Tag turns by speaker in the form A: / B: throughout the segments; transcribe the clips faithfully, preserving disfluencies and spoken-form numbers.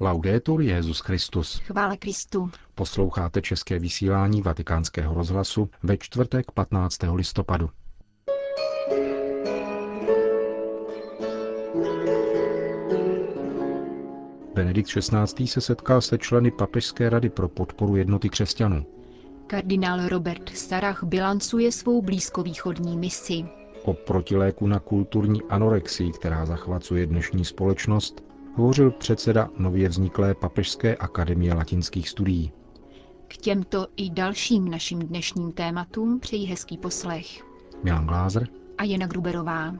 A: Laudetur Jesus Christus.
B: Chvála Kristu.
A: Posloucháte české vysílání Vatikánského rozhlasu ve čtvrtek patnáctého listopadu. Benedikt šestnáctý se setkal se členy Papežské rady pro podporu jednoty křesťanů.
B: Kardinál Robert Sarach bilancuje svou blízkovýchodní misi.
A: O protiléku na kulturní anorexii, která zachvacuje dnešní společnost, hovořil předseda nově vzniklé Papežské akademie latinských studií.
B: K těmto i dalším našim dnešním tématům přeji hezký poslech.
A: Milan Glázer
B: a Jana Gruberová.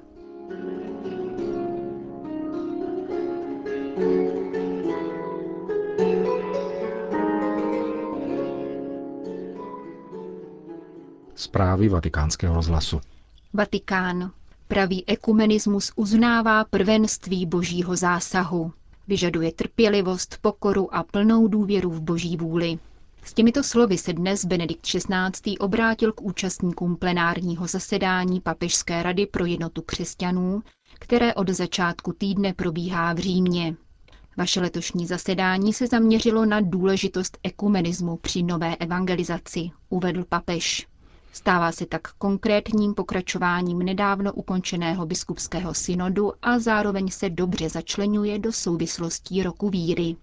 A: Zprávy Vatikánského rozhlasu.
B: Vatikán. Pravý ekumenismus uznává prvenství božího zásahu. Vyžaduje trpělivost, pokoru a plnou důvěru v boží vůli. S těmito slovy se dnes Benedikt šestnáctý obrátil k účastníkům plenárního zasedání Papežské rady pro jednotu křesťanů, které od začátku týdne probíhá v Římě. Vaše letošní zasedání se zaměřilo na důležitost ekumenismu při nové evangelizaci, uvedl papež. Stává se tak konkrétním pokračováním nedávno ukončeného biskupského synodu a zároveň se dobře začleňuje do souvislostí roku víry.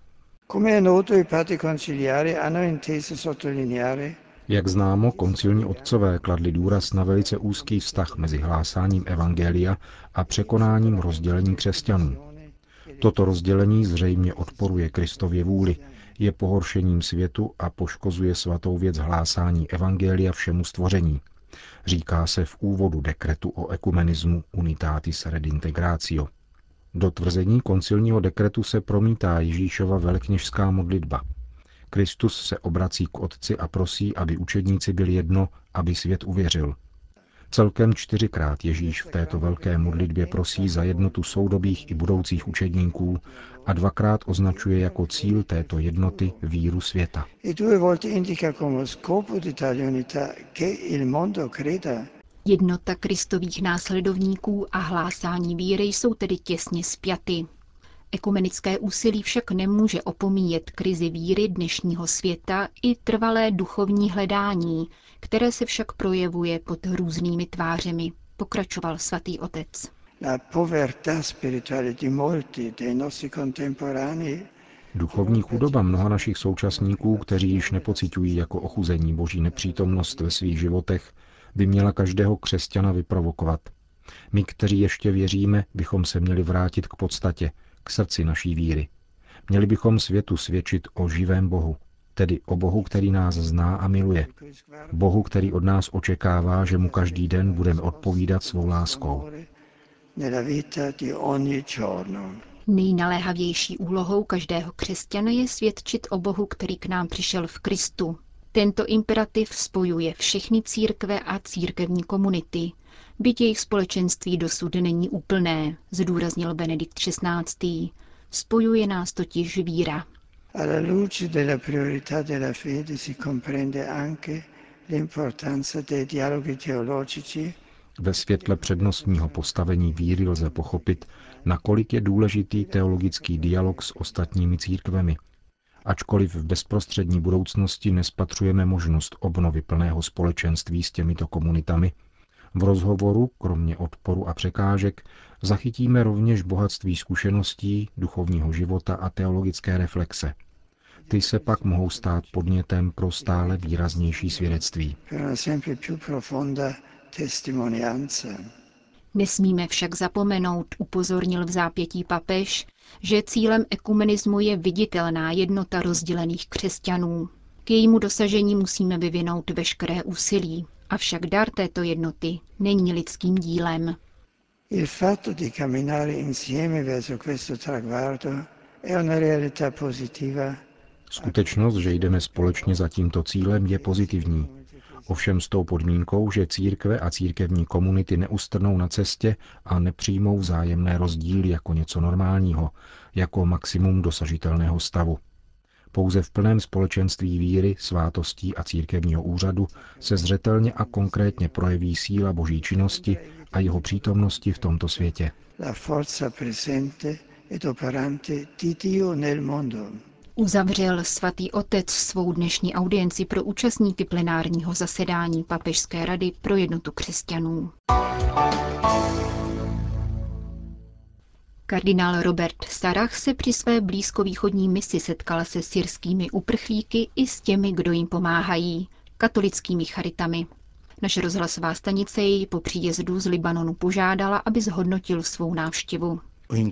A: Jak známo, koncilní otcové kladli důraz na velice úzký vztah mezi hlásáním evangelia a překonáním rozdělení křesťanů. Toto rozdělení zřejmě odporuje Kristově vůli, je pohoršením světu a poškozuje svatou věc hlásání evangelia všemu stvoření. Říká se v úvodu dekretu o ekumenismu Unitatis Redintegratio. Do tvrzení koncilního dekretu se promítá Ježíšova velekněžská modlitba. Kristus se obrací k Otci a prosí, aby učedníci byli jedno, aby svět uvěřil. Celkem čtyřikrát Ježíš v této velké modlitbě prosí za jednotu soudobých i budoucích učedníků a dvakrát označuje jako cíl této jednoty víru světa.
B: Jednota Kristových následovníků a hlásání víry jsou tedy těsně spjaty. Ekumenické úsilí však nemůže opomíjet krizi víry dnešního světa i trvalé duchovní hledání, které se však projevuje pod různými tvářemi, pokračoval svatý otec.
A: Duchovní chudoba mnoha našich současníků, kteří již nepociťují jako ochuzení boží nepřítomnost ve svých životech, by měla každého křesťana vyprovokovat. My, kteří ještě věříme, bychom se měli vrátit k podstatě, k srdci naší víry. Měli bychom světu svědčit o živém Bohu, tedy o Bohu, který nás zná a miluje. Bohu, který od nás očekává, že mu každý den budeme odpovídat svou láskou.
B: Nejnaléhavější úlohou každého křesťana je svědčit o Bohu, který k nám přišel v Kristu. Tento imperativ spojuje všechny církve a církevní komunity, byť jejich společenství dosud není úplné, zdůraznil Benedikt šestnáctý. Spojuje nás totiž víra.
A: Ve světle přednostního postavení víry lze pochopit, nakolik je důležitý teologický dialog s ostatními církvemi. Ačkoliv v bezprostřední budoucnosti nespatřujeme možnost obnovy plného společenství s těmito komunitami, v rozhovoru, kromě odporu a překážek, zachytíme rovněž bohatství zkušeností, duchovního života a teologické reflexe. Ty se pak mohou stát podnětem pro stále výraznější svědectví.
B: Nesmíme však zapomenout, upozornil v zápětí papež, že cílem ekumenismu je viditelná jednota rozdělených křesťanů. K jejímu dosažení musíme vyvinout veškeré úsilí. Avšak dar této jednoty není lidským dílem.
A: Skutečnost, že jdeme společně za tímto cílem, je pozitivní. Ovšem s tou podmínkou, že církve a církevní komunity neustrnou na cestě a nepřijmou vzájemné rozdíly jako něco normálního, jako maximum dosažitelného stavu. Pouze v plném společenství víry, svátostí a církevního úřadu se zřetelně a konkrétně projeví síla boží činnosti a jeho přítomnosti v tomto světě.
B: Uzavřel svatý otec svou dnešní audienci pro účastníky plenárního zasedání Papežské rady pro jednotu křesťanů. Kardinál Robert Sarach se při své blízkovýchodní misi setkal se syrskými uprchlíky i s těmi, kdo jim pomáhají, katolickými charitami. Naše rozhlasová stanice jej po příjezdu z Libanonu požádala, aby zhodnotil svou návštěvu.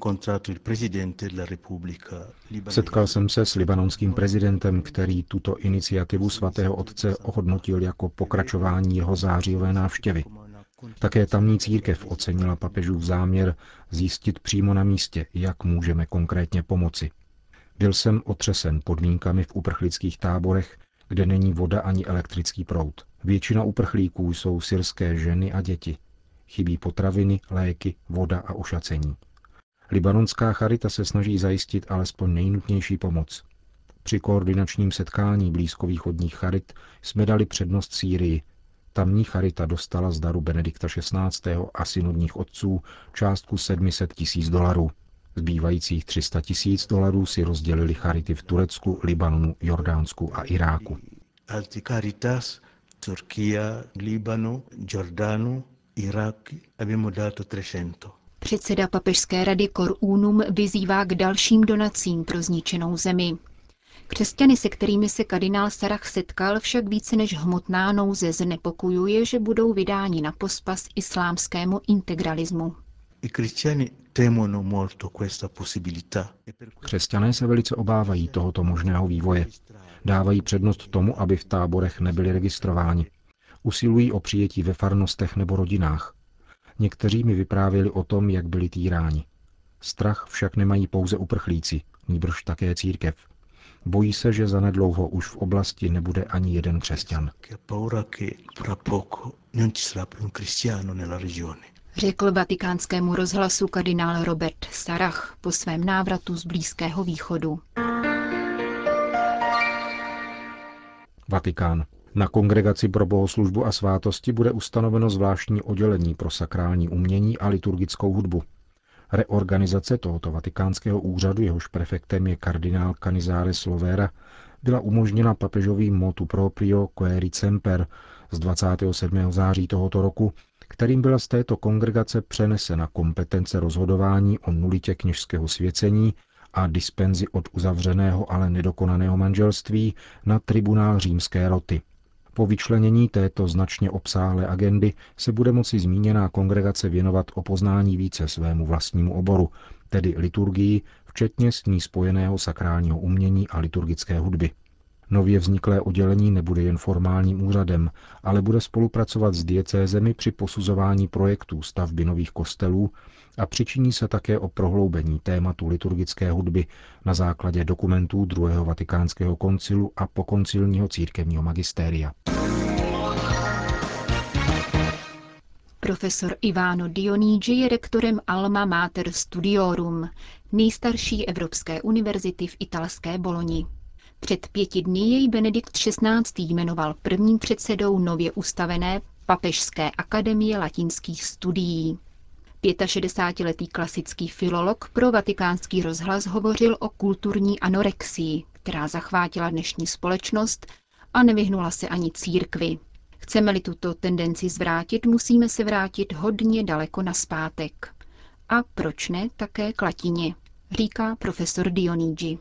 A: Setkal jsem se s libanonským prezidentem, který tuto iniciativu svatého otce ohodnotil jako pokračování jeho zářijové návštěvy. Také tamní církev ocenila papežův záměr zjistit přímo na místě, jak můžeme konkrétně pomoci. Byl jsem otřesen podmínkami v uprchlických táborech, kde není voda ani elektrický proud. Většina uprchlíků jsou syrské ženy a děti. Chybí potraviny, léky, voda a ošacení. Libanonská charita se snaží zajistit alespoň nejnutnější pomoc. Při koordinačním setkání blízkovýchodních charit jsme dali přednost Sýrii. Tamní charita dostala z daru Benedikta šestnáctého a synodních otců částku sedm set tisíc dolarů. Zbývajících tři sta tisíc dolarů si rozdělili charity v Turecku, Libanonu, Jordánsku a Iráku.
C: Turchia, Libano, Giordano, Iraq, abbiamo dato trecento.
B: Předseda Papežské rady Cor Unum vyzývá k dalším donacím pro zničenou zemi. Křesťany, se kterými se kardinál Sarach setkal, však více než hmotná nouze znepokojuje, že budou vydáni na pospas islámskému integralismu.
A: Křesťané se velice obávají tohoto možného vývoje. Dávají přednost tomu, aby v táborech nebyli registrováni. Usilují o přijetí ve farnostech nebo rodinách. Někteří mi vyprávěli o tom, jak byli týráni. Strach však nemají pouze uprchlíci, nýbrž také církev. Bojí se, že zanedlouho už v oblasti nebude ani jeden křesťan.
B: Řekl vatikánskému rozhlasu kardinál Robert Sarach po svém návratu z Blízkého východu.
A: Vatikán. Na Kongregaci pro bohoslužbu a svátosti bude ustanoveno zvláštní oddělení pro sakrální umění a liturgickou hudbu. Reorganizace tohoto vatikánského úřadu, jehož prefektem je kardinál Canizares Lovera, byla umožněna papežovým motu proprio Coeli Semper z dvacátého sedmého září tohoto roku, kterým byla z této kongregace přenesena kompetence rozhodování o nulitě kněžského svěcení a dispenzi od uzavřeného, ale nedokonaného manželství na tribunál římské roty. Po vyčlenění této značně obsáhlé agendy se bude moci zmíněná kongregace věnovat o poznání více svému vlastnímu oboru, tedy liturgii, včetně s ní spojeného sakrálního umění a liturgické hudby. Nově vzniklé oddělení nebude jen formálním úřadem, ale bude spolupracovat s diecézemi při posuzování projektů stavby nových kostelů a přičiní se také o prohloubení tématu liturgické hudby na základě dokumentů druhého vatikánského koncilu a pokoncilního církevního magistéria.
B: Profesor Ivano Dionigi je rektorem Alma Mater Studiorum, nejstarší evropské univerzity v italské Boloni. Před pěti dny jej Benedikt šestnáctý jmenoval prvním předsedou nově ustavené Papežské akademie latinských studií. šedesátiletý klasický filolog pro vatikánský rozhlas hovořil o kulturní anorexii, která zachvátila dnešní společnost a nevyhnula se ani církvi. Chceme-li tuto tendenci zvrátit, musíme se vrátit hodně daleko nazpátek. A proč ne také k latině, říká profesor Dionigi.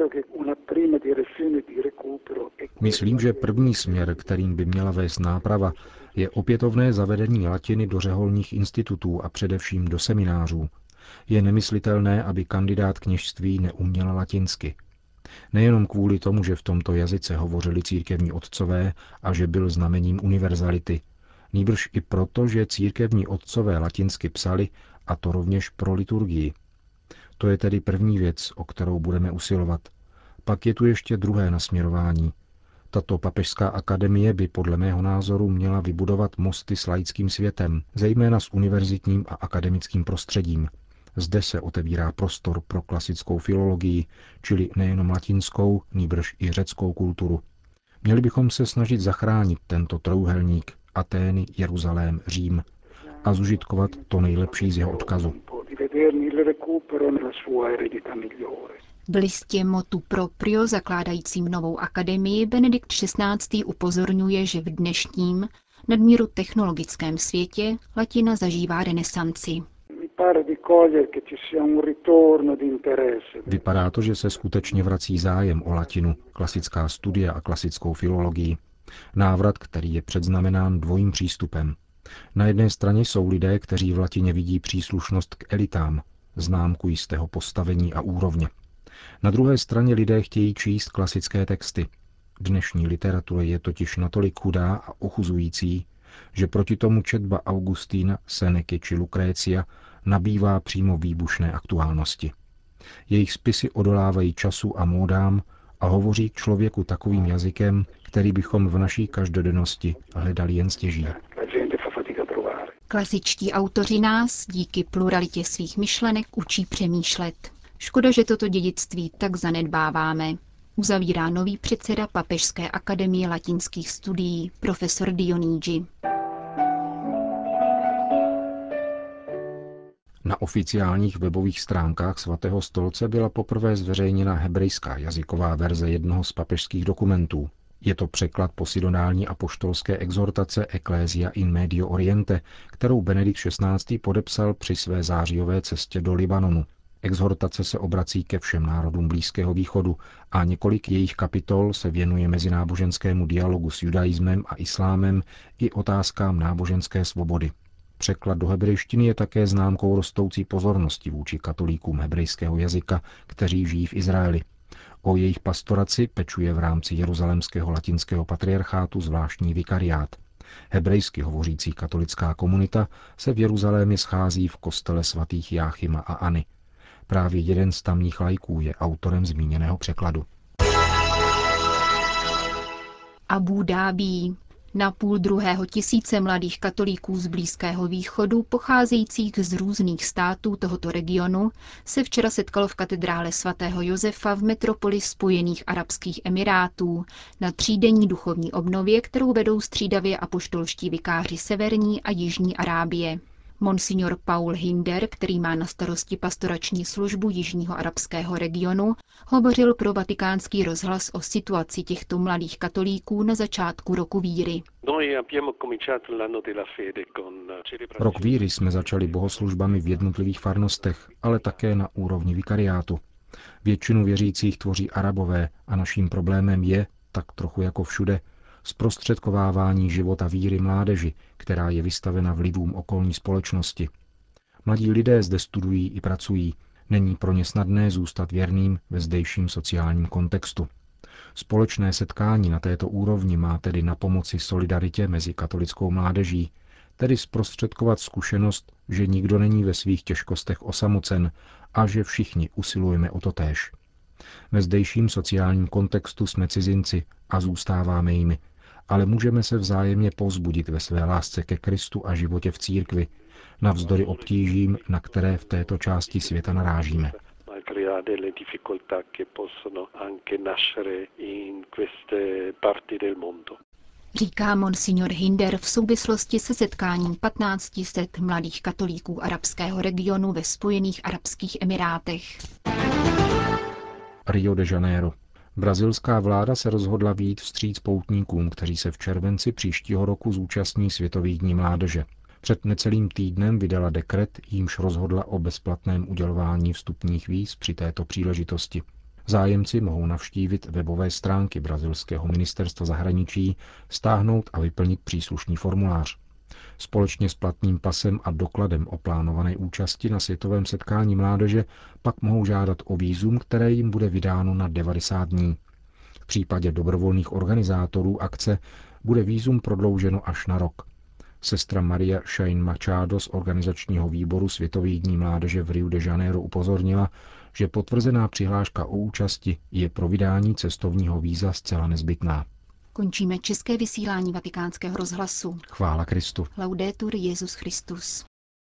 A: Myslím, že první směr, kterým by měla vést náprava, je opětovné zavedení latiny do řeholních institutů a především do seminářů. Je nemyslitelné, aby kandidát kněžství neuměl latinsky. Nejenom kvůli tomu, že v tomto jazyce hovořili církevní otcové a že byl znamením univerzality, nýbrž i proto, že církevní otcové latinsky psali, a to rovněž pro liturgii. To je tedy první věc, o kterou budeme usilovat. Pak je tu ještě druhé nasměrování. Tato papežská akademie by podle mého názoru měla vybudovat mosty s laickým světem, zejména s univerzitním a akademickým prostředím. Zde se otevírá prostor pro klasickou filologii, čili nejenom latinskou, nýbrž i řeckou kulturu. Měli bychom se snažit zachránit tento trojúhelník Atény, Jeruzalém, Řím a zužitkovat to nejlepší z jeho odkazu.
B: V listě motu proprio, zakládajícím novou akademii, Benedikt šestnáctý upozorňuje, že v dnešním, nadmíru technologickém světě latina zažívá renesanci.
A: Vypadá to, že se skutečně vrací zájem o latinu, klasická studia a klasickou filologii. Návrat, který je předznamenán dvojím přístupem. Na jedné straně jsou lidé, kteří v latině vidí příslušnost k elitám, známku jistého postavení a úrovně. Na druhé straně lidé chtějí číst klasické texty. Dnešní literatura je totiž natolik chudá a ochuzující, že proti tomu četba Augustína, Seneky či Lukrécia nabývá přímo výbušné aktuálnosti. Jejich spisy odolávají času a módám a hovoří k člověku takovým jazykem, který bychom v naší každodennosti hledali jen stěží.
B: Klasičtí autoři nás díky pluralitě svých myšlenek učí přemýšlet. Škoda, že toto dědictví tak zanedbáváme. Uzavírá nový předseda Papežské akademie latinských studií, profesor Dionigi.
A: Na oficiálních webových stránkách Svatého stolce byla poprvé zveřejněna hebrejská jazyková verze jednoho z papežských dokumentů. Je to překlad posynodální apoštolské exhortace Ecclesia in Medio Oriente, kterou Benedikt šestnáctý podepsal při své zářijové cestě do Libanonu. Exhortace se obrací ke všem národům Blízkého východu a několik jejich kapitol se věnuje mezináboženskému dialogu s judaismem a islámem i otázkám náboženské svobody. Překlad do hebrejštiny je také známkou rostoucí pozornosti vůči katolíkům hebrejského jazyka, kteří žijí v Izraeli. O jejich pastoraci pečuje v rámci Jeruzalémského latinského patriarchátu zvláštní vikariát. Hebrejsky hovořící katolická komunita se v Jeruzalémě schází v kostele svatých Jáchyma a Anny. Právě jeden z tamních laiků je autorem zmíněného překladu.
B: Abu Dhabí. Na půl druhého tisíce mladých katolíků z Blízkého východu, pocházejících z různých států tohoto regionu, se včera setkalo v katedrále svatého Josefa v metropoli Spojených arabských emirátů na třídenní duchovní obnově, kterou vedou střídavě apoštolští vikáři Severní a Jižní Arábie. Monsignor Paul Hinder, který má na starosti pastorační službu Jižního arabského regionu, hovořil pro Vatikánský rozhlas o situaci těchto mladých katolíků na začátku roku víry.
A: Rok víry jsme začali bohoslužbami v jednotlivých farnostech, ale také na úrovni vikariátu. Většinu věřících tvoří Arabové a naším problémem je, tak trochu jako všude, zprostředkovávání života víry mládeži, která je vystavena vlivům okolní společnosti. Mladí lidé zde studují i pracují. Není pro ně snadné zůstat věrným ve zdejším sociálním kontextu. Společné setkání na této úrovni má tedy na pomoci solidaritě mezi katolickou mládeží, tedy zprostředkovat zkušenost, že nikdo není ve svých těžkostech osamocen a že všichni usilujeme o to též. Ve zdejším sociálním kontextu jsme cizinci a zůstáváme jimi, ale můžeme se vzájemně povzbudit ve své lásce ke Kristu a životě v církvi, navzdory obtížím, na které v této části světa narážíme.
B: Říká monsignor Hinder v souvislosti se setkáním patnáct set mladých katolíků arabského regionu ve Spojených arabských emirátech.
A: Rio de Janeiro. Brazilská vláda se rozhodla vyjít vstříc poutníkům, kteří se v červenci příštího roku zúčastní Světových dní mládeže. Před necelým týdnem vydala dekret, jímž rozhodla o bezplatném udělování vstupních víz při této příležitosti. Zájemci mohou navštívit webové stránky brazilského ministerstva zahraničí, stáhnout a vyplnit příslušný formulář. Společně s platným pasem a dokladem o plánované účasti na světovém setkání mládeže pak mohou žádat o vízum, které jim bude vydáno na devadesát dní. V případě dobrovolných organizátorů akce bude vízum prodlouženo až na rok. Sestra Maria Shane Machado z organizačního výboru Světových dní mládeže v Rio de Janeiro upozornila, že potvrzená přihláška o účasti je pro vydání cestovního víza zcela nezbytná.
B: Končíme české vysílání Vatikánského rozhlasu.
A: Chvála Kristu.
B: Laudetur Jesus Christus.